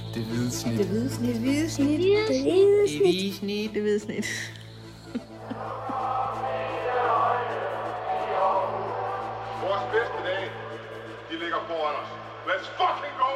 Det hvide snit. Det hvide snit. Det hvide snit. Det hvide snit. Det hvide snit. Det hvide snit. Vores bedste dage, de ligger foran os. Let's fucking go,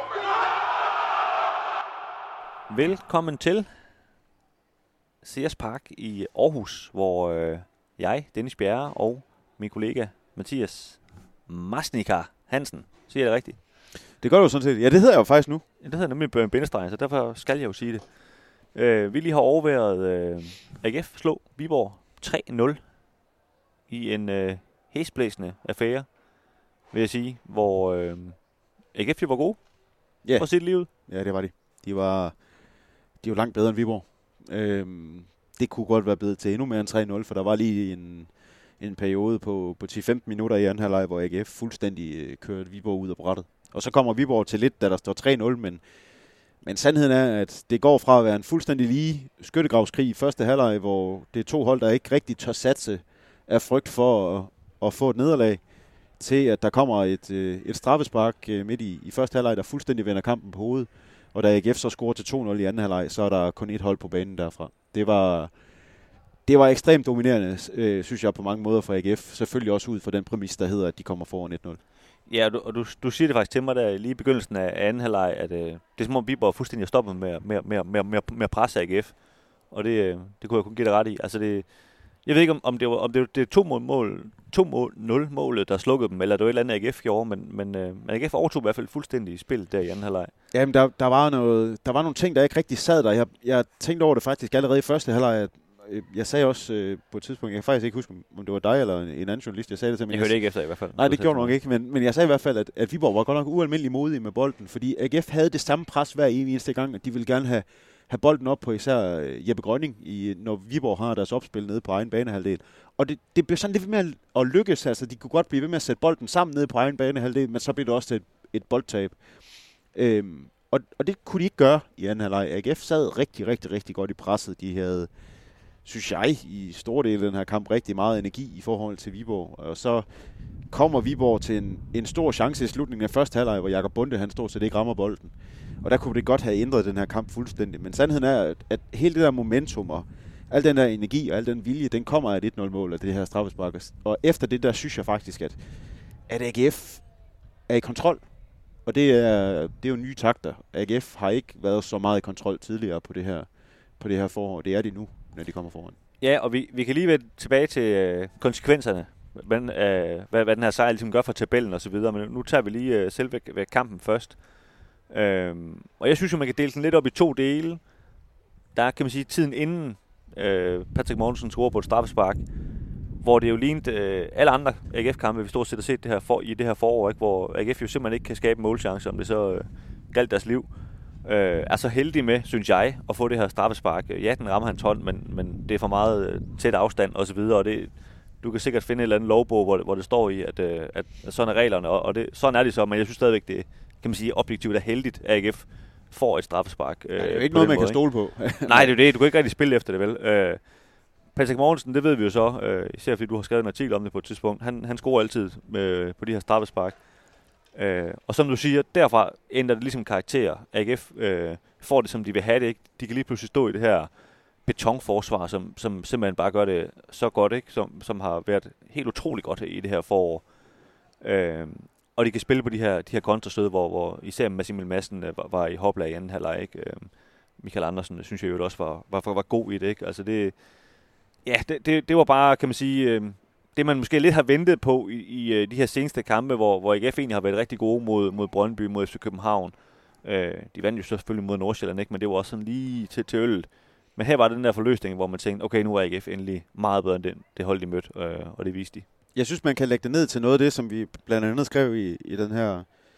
man! Velkommen til CS Park i Aarhus, hvor jeg, Dennis Bjerre, og min kollega Mathias Masnika Hansen, siger jeg det rigtigt? Det gør du sådan set. Ja, det hedder jeg jo faktisk nu. Ja, det hedder nemlig bindestreg, så derfor skal jeg jo sige det. Vi lige har overværet AGF slå Viborg 3-0 i en hæsblæsende affære, vil jeg sige, hvor AGF jo var gode for sit liv ud. Ja, det var de. De var langt bedre end Viborg. Det kunne godt være blevet til endnu mere end 3-0, for der var lige en periode på 10-15 minutter i anden halvleg, hvor AGF fuldstændig kørte Viborg ud af brættet. Og så kommer Viborg til lidt, da der står 3-0, men sandheden er, at det går fra at være en fuldstændig lige skyttegravskrig i første halvleg, hvor det er to hold, der ikke rigtig tør satse af frygt for at få et nederlag, til at der kommer et straffespark midt i første halvleg, der fuldstændig vender kampen på hovedet. Og da AGF så scorer til 2-0 i anden halvleg, så er der kun et hold på banen derfra. Det var ekstremt dominerende, synes jeg, på mange måder for AGF. Selvfølgelig også ud fra den præmis, der hedder, at de kommer foran 1-0. Ja, og du siger det faktisk til mig der lige i begyndelsen af anden halvleg, at det er som om Viborg fuldstændig har stoppet med at presse AGF. Og det kunne jeg kun give det ret i. Altså jeg ved ikke, om det er 2-0-målet, der slukkede dem, eller det var et eller andet AGF gjorde, men AGF overtog i hvert fald fuldstændig i spil der i anden halvleg. Jamen, der var nogle ting, der ikke rigtig sad der. Jeg tænkte over det faktisk allerede i første halvleg. Jeg sagde også på et tidspunkt, jeg kan faktisk ikke huske, om det var dig eller en anden journalist, jeg sagde det til. Jeg hørte ikke efter i hvert fald. Nej, det gjorde nok ikke, men jeg sagde i hvert fald, at Viborg var godt nok ualmindelig modige med bolden, fordi AGF havde det samme pres hver eneste gang, at de ville gerne have bolden op på især Jeppe Grønning, når Viborg har deres opspil nede på egen banehalvdel. Og det blev sådan lidt ved med at lykkes, altså de kunne godt blive ved med at sætte bolden sammen nede på egen banehalvdel, men så blev det også til et boldtab. Og det kunne de ikke gøre i anden halvleg. AGF sad rigtig, rigtig, rigtig godt i presset. De havde, synes jeg, i store dele af den her kamp rigtig meget energi i forhold til Viborg. Og så kommer Viborg til en stor chance i slutningen af første halvleg, hvor Jakob Bunde, han stort set ikke rammer bolden. Og der kunne det godt have ændret den her kamp fuldstændig. Men sandheden er, at hele det der momentum og al den der energi og al den vilje, den kommer af et 1-0-mål af det her straffespark. Og efter det der, synes jeg faktisk, at AGF er i kontrol. Og det er jo nye takter. AGF har ikke været så meget i kontrol tidligere på det her forår. Det er de nu, når de kommer foran. Ja, og vi kan lige vende tilbage til konsekvenserne. Hvad den her sejr ligesom gør for tabellen og så videre. Men nu tager vi lige selve kampen først. Og jeg synes jo, man kan dele den lidt op i to dele. Der kan man sige tiden inden Patrick Mogensen scorer på et straffespark, hvor det jo lignede alle andre AGF-kampe, vi stort set har set i det her forår, ikke? Hvor AGF jo simpelthen ikke kan skabe målchance, om det så galt deres liv. Er så heldig med, synes jeg, at få det her straffespark. Ja, den rammer hans hånd, men det er for meget tæt afstand og så videre, og du kan sikkert finde et eller andet lovbog, hvor det står i, at sådan er reglerne, og sådan er det så, men jeg synes stadigvæk, det kan man sige objektivt er heldigt, at AGF får et straffespark. Ja, det er jo ikke noget, man kan stole på. Nej, det er jo det. Du kan ikke rigtig spille efter det, vel? Patrick Mogensen, det ved vi jo så, især fordi du har skrevet en artikel om det på et tidspunkt. Han scorer altid på de her straffespark. Og som du siger, derfra ændrer det ligesom karakter. AGF får det, som de vil have det, ikke? De kan lige pludselig stå i det her betonforsvar, som simpelthen bare gør det så godt, ikke? Som har været helt utroligt godt i det her forår. Og de kan spille på de her kontrastød, hvor især Massimil Madsen var i hopla i anden halvleg, ikke? Michael Andersen, synes jeg jo også var god i det, ikke? Altså det var bare, kan man sige, det man måske lidt har ventet på i de her seneste kampe, hvor AGF egentlig har været rigtig gode mod Brøndby, mod FC København. De vandt jo selvfølgelig mod Nordsjælland, ikke? Men det var også sådan lige til øllet. Men her var den der forløsning, hvor man tænkte, okay, nu er AGF endelig meget bedre end det hold, de mødte, og det viste de. Jeg synes, man kan lægge det ned til noget af det, som vi blandt andet skrev i den her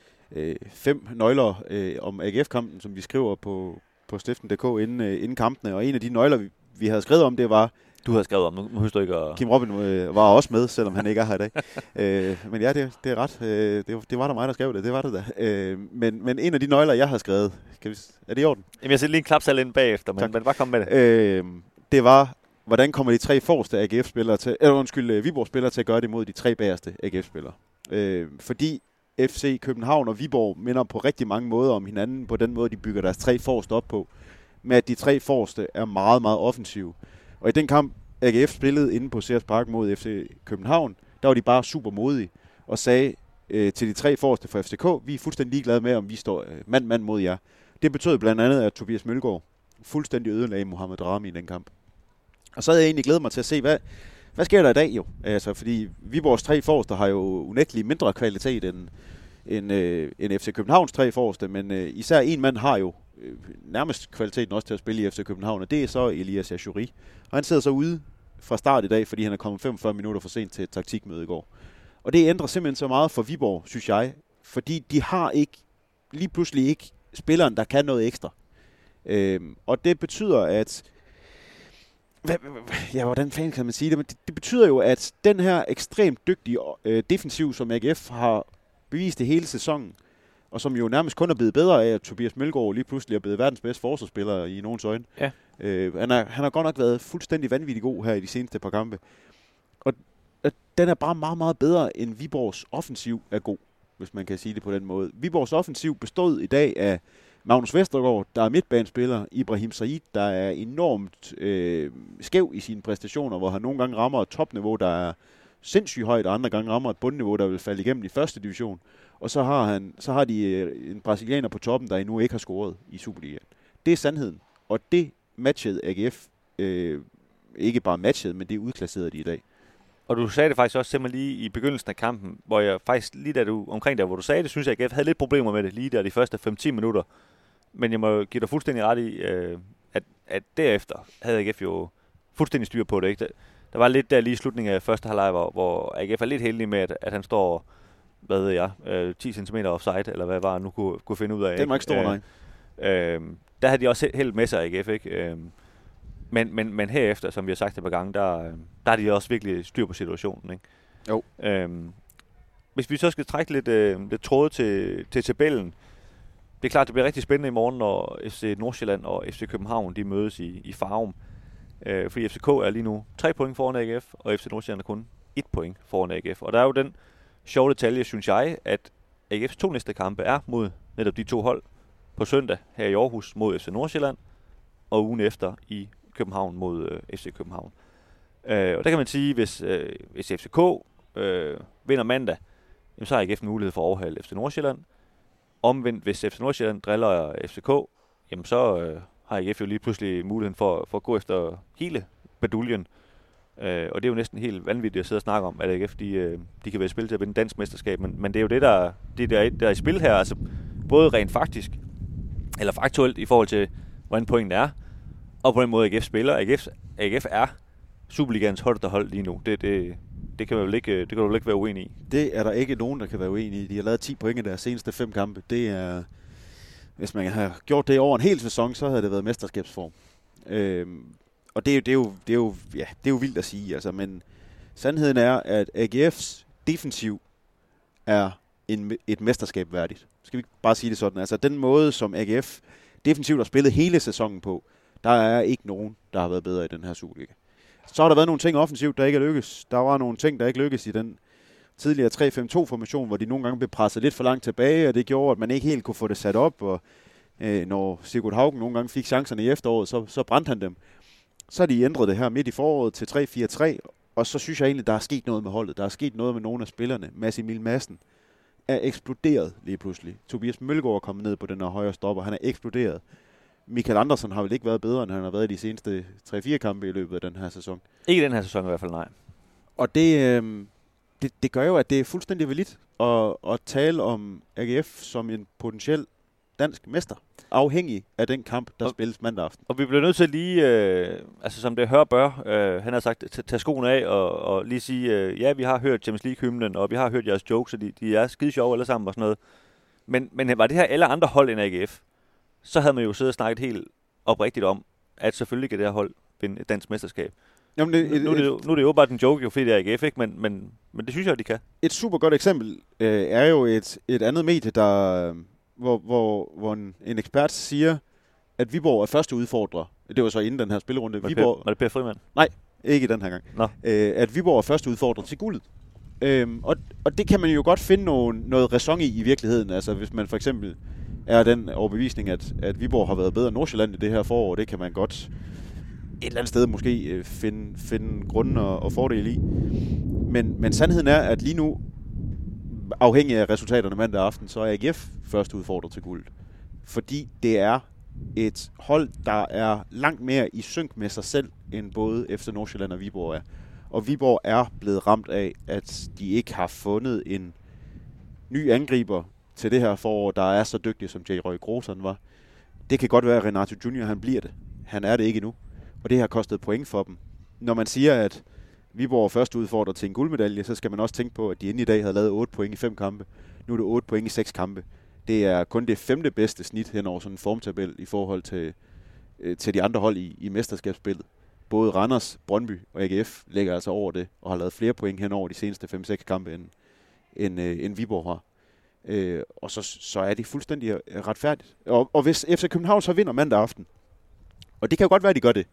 5 nøgler om AGF-kampen, som vi skriver på stiften.dk inden kampene. Og en af de nøgler, vi havde skrevet om, det var... Du havde skrevet om, nu husker du ikke at... Kim Robin var også med, selvom han ikke er her i dag. Men ja, det er ret. Det var der mig, der skrev det. Det var det da. Men en af de nøgler, jeg har skrevet... Er det i orden? Jamen, jeg sætter lige en klapsal ind bagefter, men bare kom med det. Det var... Hvordan kommer de 3 forreste AGF-spillere til... Viborg-spillere til at gøre det mod de 3 bagerste AGF-spillere? Fordi FC København og Viborg minder på rigtig mange måder om hinanden, på den måde, de bygger deres 3 forreste op på, med at de 3 forreste er meget, meget offensive. Og i den kamp, AGF spillede inde på Sears Park mod FC København, der var de bare super modige og sagde til de 3 forreste fra FCK, vi er fuldstændig ligeglade med, om vi står mand mod jer. Det betød blandt andet, at Tobias Mølgaard fuldstændig ødelagde Mohamed Rami i den kamp. Og så havde jeg egentlig glædet mig til at se, hvad sker der i dag jo? Altså, fordi Viborgs 3 forreste har jo unægteligt mindre kvalitet end FC Københavns 3 forreste, men især en mand har jo nærmest kvaliteten også til at spille i FC København, og det er så Elias Achouri. Og han sidder så ude fra start i dag, fordi han er kommet 45 minutter for sent til et taktikmøde i går. Og det ændrer simpelthen så meget for Viborg, synes jeg, fordi de har lige pludselig ikke spilleren, der kan noget ekstra. Og det betyder, at hvordan fanden kan man sige det? Men det betyder jo, at den her ekstremt dygtige defensiv, som AGF har bevist det hele sæsonen, og som jo nærmest kun er blevet bedre af, at Tobias Mølgaard lige pludselig er blevet verdens bedste forsvarsspiller i nogens øjne. Ja. Han har godt nok været fuldstændig vanvittig god her i de seneste par kampe. Og den er bare meget, meget bedre end Viborgs offensiv er god, hvis man kan sige det på den måde. Viborgs offensiv bestod i dag af Magnus Vestergaard, der er midtbanespiller, Ibrahim Said, der er enormt skæv i sine præstationer, hvor han nogle gange rammer et topniveau, der er sindssygt højt, og andre gange rammer et bundniveau, der vil falde igennem i første division. Og så har de en brasilianer på toppen, der endnu ikke har scoret i Superligaen. Det er sandheden, og det matchede AGF. Ikke bare matchede, men det udklasserede de i dag. Og du sagde det faktisk også simpelthen lige i begyndelsen af kampen, hvor jeg faktisk lige omkring der, hvor du sagde det, synes jeg, at AGF havde lidt problemer med det lige der de første 5-10 minutter. Men jeg må give dig fuldstændig ret i, at derefter havde AGF jo fuldstændig styr på det. Ikke? Der var lidt der lige i slutningen af første halvleg, hvor AGF er lidt heldig med, at han står, 10 cm offside, eller hvad var han nu kunne finde ud af. Det var ikke stor, nej. Der havde de også held med sig, AGF, ikke? Men herefter, som vi har sagt et par gange, der er de også virkelig styr på situationen, ikke? Jo. Hvis vi så skal trække lidt tråde til tabellen, det er klart, det bliver rigtig spændende i morgen, når FC Nordsjælland og FC København de mødes i Farum. Fordi FCK er lige nu 3 point foran AGF, og FC Nordsjælland er kun 1 point foran AGF. Og der er jo den sjove detalje, synes jeg, at AGF's 2 næste kampe er mod netop de 2 hold på søndag her i Aarhus mod FC Nordsjælland, og ugen efter i København mod FC København. Og der kan man sige, hvis FCK vinder mandag, jamen, så har AGF mulighed for at overhale FC Nordsjælland. Omvendt, hvis FC Nordsjælland driller FCK, jamen så har AGF jo lige pludselig muligheden for at gå efter hele baduljen. Og det er jo næsten helt vanvittigt at sidde og snakke om, at AGF de kan være i spil til at vinde dansk mesterskab. Men det er jo det, der er i spil her. Altså både rent faktisk, eller faktuelt i forhold til, hvordan pointen er, og på den måde AGF spiller. AGF er Superligaens holdeste hold lige nu. Det kan du vel ikke være uenig i. Det er der ikke nogen, der kan være uenig i. De har lavet 10 point i deres seneste 5 kampe. Det er, hvis man har gjort det over en hel sæson, så havde det været mesterskabsform. Og det er jo vildt at sige. Altså, men sandheden er, at AGF's defensiv er et mesterskab værdigt. Skal vi bare sige det sådan? Altså den måde, som AGF defensivt har spillet hele sæsonen på, der er ikke nogen, der har været bedre i den her Superliga. Så har der været nogle ting offensivt, der ikke er lykkes. Der var nogle ting, der ikke lykkes i den tidligere 3-5-2-formation, hvor de nogle gange blev presset lidt for langt tilbage, og det gjorde, at man ikke helt kunne få det sat op. Og når Sigurd Haugen nogle gange fik chancerne i efteråret, så brændte han dem. Så har de ændret det her midt i foråret til 3-4-3, og så synes jeg egentlig, der er sket noget med holdet. Der er sket noget med nogle af spillerne. Mads Emil Madsen er eksploderet lige pludselig. Tobias Mølgaard er kommet ned på den her højre stopper. Han er eksploderet. Michael Andersen har vel ikke været bedre, end han har været i de seneste 3-4 kampe i løbet af den her sæson. Ikke den her sæson i hvert fald, nej. Og det gør jo, at det er fuldstændig validt at tale om AGF som en potentiel dansk mester, afhængig af den kamp, der spilles mandag aften. Og vi bliver nødt til lige, altså som det hører bør, han har sagt, tage skoene af og lige sige, ja, vi har hørt Champions League-hymnen, og vi har hørt jeres jokes, og de er skide sjove alle sammen og sådan noget. Men var det her alle andre hold end AGF, så havde man jo siddet og snakket helt oprigtigt om, at selvfølgelig kan det her hold vinde et dansk mesterskab. Jamen nu er det jo bare en joke, jo, fordi det er AGF, ikke? Men det synes jeg, at de kan. Et super godt eksempel er jo et andet medie, der, hvor en ekspert siger, at Viborg er første udfordrer. Det var så inden den her spillerunde. Var det Per Frimann? Nej, ikke den her gang. At Viborg er første udfordrer til guldet. Og det kan man jo godt finde noget ræson i virkeligheden. Altså hvis man for eksempel er den overbevisning, at Viborg har været bedre end Nordsjælland i det her forår, det kan man godt et eller andet sted måske finde grunden og fordele i. Men sandheden er, at lige nu, afhængig af resultaterne mandag aften, så er AGF først udfordret til guld. Fordi det er et hold, der er langt mere i synk med sig selv, end både FC Nordsjælland og Viborg er. Og Viborg er blevet ramt af, at de ikke har fundet en ny angriber til det her forår, der er så dygtig, som J. Røg Grosen var. Det kan godt være, at Renato Junior, han bliver det. Han er det ikke endnu. Og det har kostet point for dem. Når man siger, at Viborg først udfordrer til en guldmedalje, så skal man også tænke på, at de inden i dag havde lavet 8 point i 5 kampe. Nu er det 8 point i 6 kampe. Det er kun det 5. bedste snit hen over sådan en formtabel i forhold til de andre hold i mesterskabsspillet. Både Randers, Brøndby og AGF ligger altså over det, og har lavet flere point hen over de seneste 5-6 kampe, end Viborg har. Og så er det fuldstændig retfærdigt. Og hvis FC København så vinder mandag aften, og det kan jo godt være, at de gør det.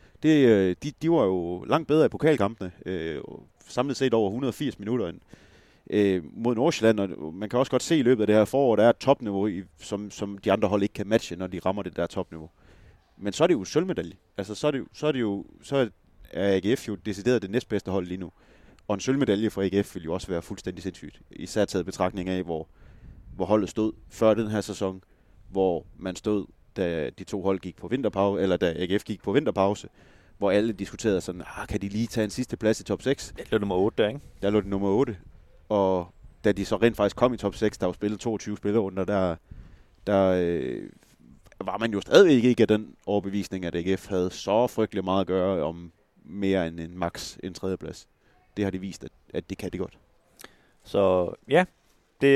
De var jo langt bedre i pokalkampene, samlet set over 180 minutter mod Nordsjælland, og man kan også godt se i løbet af det her forår, der er et topniveau, som de andre hold ikke kan matche, når de rammer det der topniveau. Men så er det jo sølvmedalje. Altså så er AGF jo decideret det næstbedste hold lige nu. Og en sølvmedalje for AGF vil jo også være fuldstændig sindssygt. Især taget betragtning af, hvor holdet stod før den her sæson, hvor man stod, da de to hold gik på vinterpause, eller da AGF gik på vinterpause, hvor alle diskuterede sådan, kan de lige tage en sidste plads i top 6? Det lå nummer 8 der, ikke? Der lå det nummer 8. Og da de så rent faktisk kom i top 6, der var spillet 22 spillerunder, der var man jo stadigvæk ikke af den overbevisning, at AGF havde så frygtelig meget at gøre om mere end en max en tredjeplads. Det har de vist, at det kan det godt. Så ja, det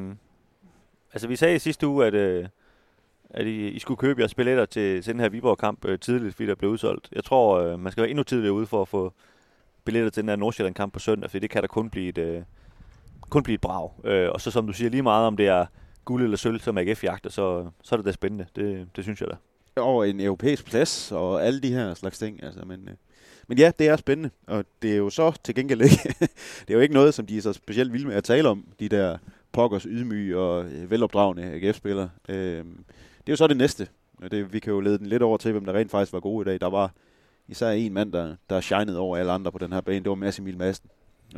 altså vi sagde i sidste uge, at I skulle købe jeres billetter til den her Viborg-kamp tidligt, fordi der blev udsolgt. Jeg tror, man skal være endnu tidligere ude for at få billetter til den her Nordsjælland-kamp på søndag, fordi det kan der kun blive et brag. Og så som du siger, lige meget om det er guld eller sølv, som AGF jagter, så er det da spændende. Det synes jeg da. Over en europæisk plads og alle de her slags ting. Altså, men ja, det er spændende, og det er jo så til gengæld ikke, det er jo ikke noget, som de er så specielt vilde med at tale om, de der pokkers ydmyge og velopdragende AGF-spillere. Det er jo så det næste. Vi kan jo lede den lidt over til, hvem der rent faktisk var gode i dag. Der var især en mand, der shinede over alle andre på den her bane. Det var Mads Emil Madsen.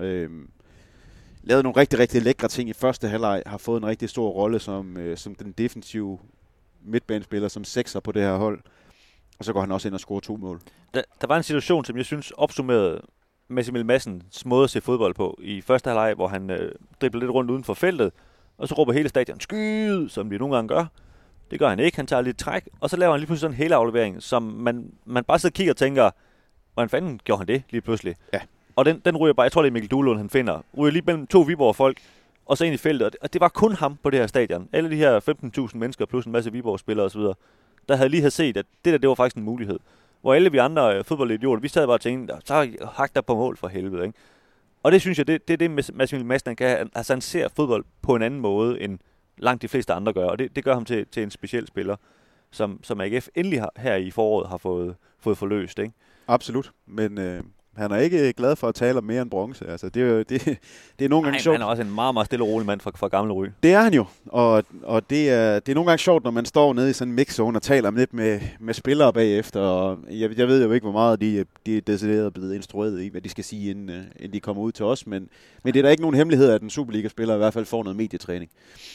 Lavede nogle rigtig, rigtig lækre ting i første halvleg. Har fået en rigtig stor rolle som den defensive midtbanespiller, som sekser på det her hold. Og så går han også ind og scorer 2 mål. Der var en situation, som jeg synes opsummerede Mads Emil Madsens måde at se fodbold på i første halvleg, hvor han dribler lidt rundt uden for feltet, og så råber hele stadion skyd, som de nogle gange gør. Det gør han ikke. Han tager lidt træk, og så laver han lige pludselig sådan en hele aflevering, som man bare sidder og kigger og tænker, hvordan fanden gjorde han det lige pludselig? Ja. Og den ryger bare, jeg tror det er Mikkel Duelund, han finder, ryger lige mellem 2 Viborg-folk, og så ind i feltet. Og det var kun ham på det her stadion. Alle de her 15.000 mennesker, plus en masse Viborg-spillere osv., der havde set, at det var faktisk en mulighed. Hvor alle vi andre fodboldidioter, vi sad bare og tænkte, så hak der på mål for helvede, ikke? Og det synes jeg, det er det, Mads Emil Madsen kan. Altså han ser fodbold på en anden måde, end langt de fleste andre gør. Og det gør ham til en speciel spiller, som AGF endelig her i foråret har fået forløst, ikke? Absolut, men han er ikke glad for at tale om mere end bronze. Altså, det er nogle gange sjovt. Han er også en meget, meget stille og rolig mand fra Gamle Ry. Det er han jo, og det er nogle gange sjovt, når man står nede i sådan en mixzone og taler lidt med spillere bagefter. Og jeg ved jo ikke, hvor meget de er decideret blevet instrueret i, hvad de skal sige, inden de kommer ud til os. Men det er da ikke nogen hemmelighed, at en Superliga-spiller i hvert fald får noget medietræning.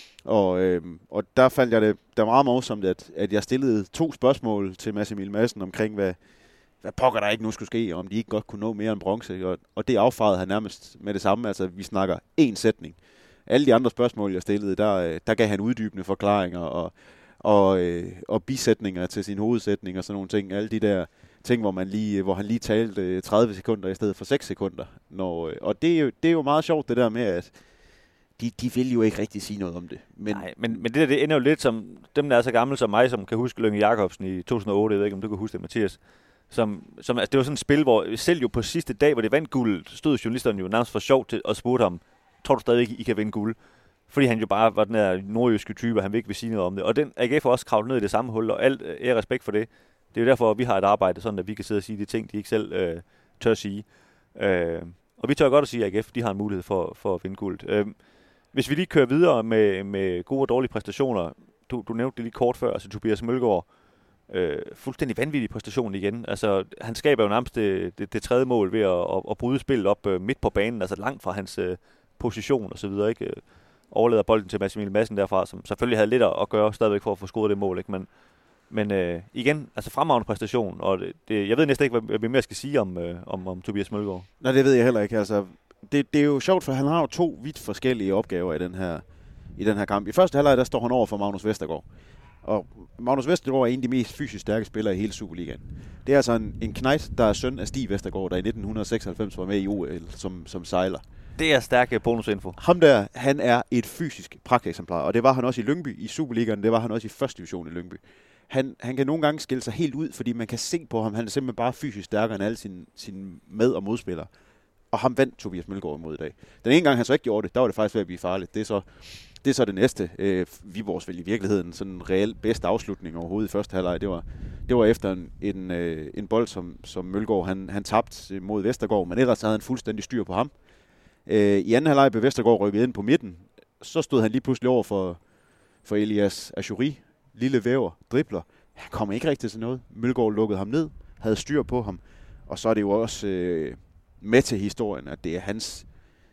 Og der faldt jeg det der meget morsomt, at jeg stillede 2 spørgsmål til Mads Emil Madsen omkring, hvad pokker der ikke nu skulle ske, om de ikke godt kunne nå mere end bronze. Og det affejede han nærmest med det samme. Altså, vi snakker 1 sætning. Alle de andre spørgsmål, jeg stillede, der gav han uddybende forklaringer og bisætninger til sin hovedsætning og sådan nogle ting. Alle de der ting, hvor han lige talte 30 sekunder i stedet for 6 sekunder. Og det er jo meget sjovt, det der med, at de vil jo ikke rigtig sige noget om det. Men det ender jo lidt som dem, der er så gamle som mig, som kan huske Lønge Jacobsen i 2008. Jeg ved ikke, om du kan huske det, Mathias. Altså, det var sådan et spil, hvor selv jo på sidste dag, hvor det vandt guld, stod journalisterne jo nærmest for sjov til at spurgte ham, tror du stadig I kan vinde guld? Fordi han jo bare var den her nordjyske type, og han vil ikke vil sige noget om det. Og den AGF har også kravlet ned i det samme hul, og alt er respekt for det. Det er jo derfor, at vi har et arbejde, sådan at vi kan sidde og sige de ting, de ikke selv tør sige. Og vi tør godt at sige, at AGF de har en mulighed for at vinde guld. Hvis vi lige kører videre med gode og dårlige præstationer, du nævnte det lige kort før, altså Tobias Mølgaard, fuldstændig vanvittig præstation igen. Altså, han skaber jo nærmest det tredje mål ved at bryde spillet op midt på banen, altså langt fra hans position og så videre, ikke? Overleder bolden til Mads Emil Madsen derfra, som selvfølgelig havde lidt at gøre stadigvæk for at få scoret det mål, ikke? Men igen, altså fremragende præstation, og jeg ved næsten ikke, hvad vi mere skal sige om Tobias Mølgaard. Nej, det ved jeg heller ikke. Altså, det er jo sjovt, for han har jo 2 vidt forskellige opgaver i den her kamp. I første halvleg, der står han over for Magnus Vestergaard. Og Magnus Vestergaard er en af de mest fysisk stærke spillere i hele Superligaen. Det er altså en knejt, der er søn af Stig Vestergaard, der i 1996 var med i OL som sejler. Det er stærk bonusinfo. Ham der, han er et fysisk pragteksemplar, og det var han også i Lyngby i Superligaen, det var han også i første division i Lyngby. Han kan nogle gange skille sig helt ud, fordi man kan se på ham, han er simpelthen bare fysisk stærkere end alle sine med- og modspillere. Og ham vandt Tobias Mølgaard imod i dag. Den ene gang han så ikke gjorde det, der var det faktisk ved at blive farligt. Det er så det næste. Viborgs vel i virkeligheden sådan en reelt bedste afslutning overhovedet i første halvleg. Det var efter en bold, som Mølgaard han tabte mod Vestergaard, men ellers havde han fuldstændig styr på ham. I anden halvleg blev Vestergaard rykket ind på midten. Så stod han lige pludselig over for Elias Achouri. Lille væver, dribler. Han kom ikke rigtig til noget. Mølgaard lukkede ham ned, havde styr på ham. Og så er det jo også med til historien, at det er hans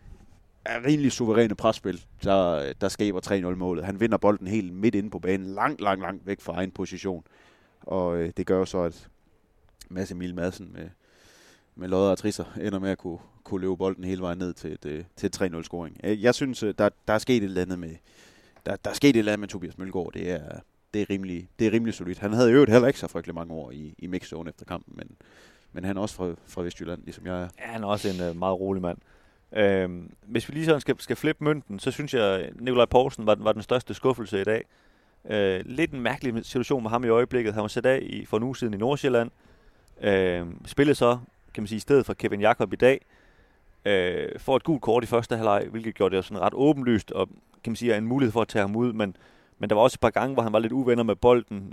rimelig suveræne presspil, der skaber 3-0-målet. Han vinder bolden helt midt inde på banen, langt væk fra egen position. Og det gør jo så, at Mads Emil Madsen med lodder og trisser ender med at kunne løbe bolden hele vejen ned til et 3-0-scoring. Jeg synes, der er sket et eller andet med der er sket et eller andet med Tobias Mølgaard. Det er rimelig solidt. Han havde jo heller ikke så frygtelig mange år i mixzone efter kampen, men han er også fra Vestjylland, ligesom jeg er. Ja, han er også en meget rolig mand. Hvis vi lige sådan skal flippe mønten, så synes jeg, at Nikolaj Poulsen var den største skuffelse i dag. Lidt en mærkelig situation med ham i øjeblikket. Han var sat af for en uge siden i Nordsjælland. Spillede så, kan man sige, i stedet for Kevin Jakob i dag. Får et gult kort i første halvleg, hvilket gjorde det sådan ret åbenlyst, og kan man sige, er en mulighed for at tage ham ud, men der var også et par gange, hvor han var lidt uvenner med bolden.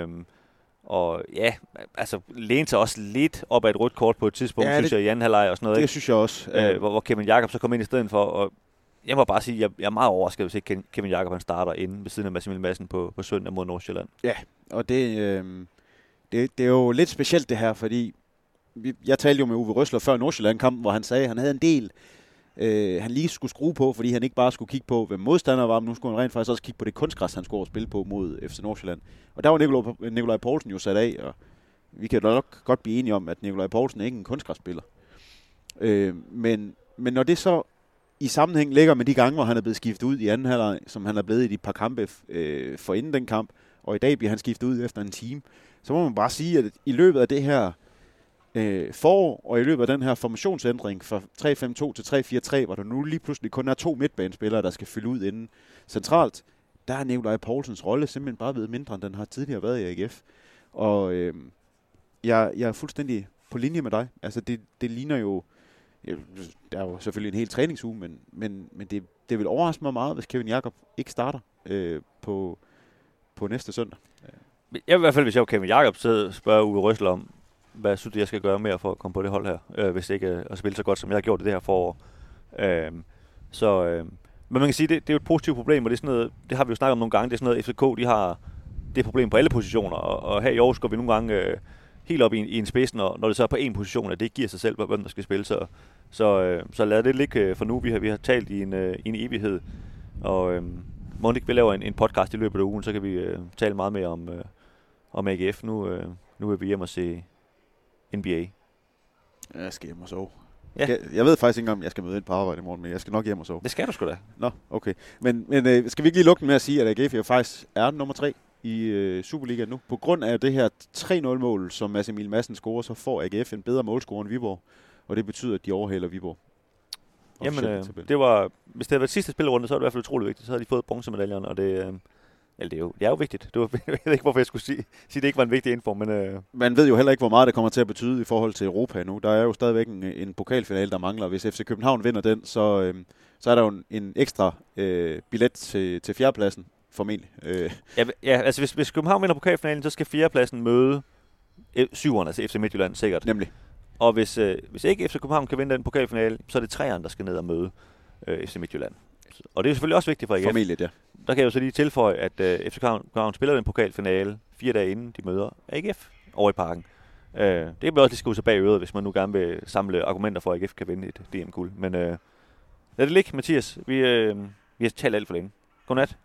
Og ja, altså lænede sig også lidt op af et rødt kort på et tidspunkt, synes jeg, i anden halvleg og sådan noget. Det synes jeg også. Hvor Kevin Jakob så kom ind i stedet for, og jeg må bare sige, at jeg er meget overrasket, hvis ikke Kevin Jakob han starter inde ved siden af Mads Emil Madsen på søndag mod Nordsjælland. Ja, og det er jo lidt specielt det her, fordi jeg talte jo med Uwe Røsler før Nordsjælland-kampen, hvor han sagde, at han havde en del, han lige skulle skrue på, fordi han ikke bare skulle kigge på, hvem modstandere var, men nu skulle han rent faktisk også kigge på det kunstgræs, han skulle spille på mod FC Nordsjælland. Og der var Nikolaj Poulsen jo sat af, og vi kan nok godt blive enige om, at Nikolaj Poulsen er ikke en kunstgræsspiller. Men når det så i sammenhæng ligger med de gange, hvor han er blevet skiftet ud i anden halvleg, som han er blevet i de par kampe forinden den kamp, og i dag bliver han skiftet ud efter en time, så må man bare sige, at i løbet af det her forår, og i løbet af den her formationsændring fra 3-5-2 til 3-4-3, hvor der nu lige pludselig kun er 2 midtbanespillere, der skal fylde ud inden centralt, der er Nikolaj Poulsens rolle simpelthen bare blevet mindre, end den har tidligere været i AGF. Og jeg er fuldstændig på linje med dig. Altså det ligner jo, der er jo selvfølgelig en hel træningsuge, men det vil overraske mig meget, hvis Kevin Jakob ikke starter på næste søndag. Jeg i hvert fald, hvis jeg var Kevin Jakob, så spørger Uwe Røsler om, hvad synes du, jeg skal gøre mere for at komme på det hold her, hvis ikke at spille så godt, som jeg har gjort det her forår. Men man kan sige, det er jo et positivt problem, og det er sådan noget, det har vi jo snakket om nogle gange, det er sådan noget, FCK, de har det problem på alle positioner, og her i Aarhus går vi nogle gange helt op i en spidsen, og når det så er på en position, at det giver sig selv, hvem der skal spille, så lad det ligge for nu. Vi har talt i en evighed, og må ikke vi laver en podcast i løbet af ugen, så kan vi tale meget mere om AGF. Nu er vi hjemme og se NBA. Jeg skal hjem og sove. Ja. Jeg ved faktisk ikke, om jeg skal møde ind på arbejde i morgen, men jeg skal nok hjem og sove. Det skal du sgu da. Nå, okay. Men skal vi ikke lige lukke den med at sige, at AGF jo faktisk er nummer 3 i Superligaen nu? På grund af det her 3-0-mål, som Mads Emil Madsen scorer, så får AGF en bedre målscore end Viborg. Og det betyder, at de overhaler Viborg. Jamen, det var, hvis det havde været sidste spilrunde, så er det i hvert fald utroligt vigtigt. Så havde de fået bronzemedaljerne, og det er jo vigtigt. Jeg ved ikke, hvorfor jeg skulle sige, det ikke var en vigtig info, men man ved jo heller ikke, hvor meget det kommer til at betyde i forhold til Europa nu. Der er jo stadigvæk en pokalfinale, der mangler. Hvis FC København vinder den, så er der jo en ekstra billet til fjerdepladsen, formentlig. Ja, altså hvis København vinder pokalfinalen, så skal fjerdepladsen møde 7'erne, altså FC Midtjylland sikkert. Nemlig. Og hvis ikke FC København kan vinde den pokalfinale, så er det træerne, der skal ned og møde FC Midtjylland. Og det er selvfølgelig også vigtigt for AGF. Formentlig, ja. Der kan jeg jo så lige tilføje, at FC København spiller den pokalfinale 4 dage inden de møder AGF over i Parken. Det kan man også lige skrive sig bag øret, hvis man nu gerne vil samle argumenter for, at AGF kan vinde et DM-guld. Men lad det ligge, Mathias. Vi har talt alt for længe. Godnat.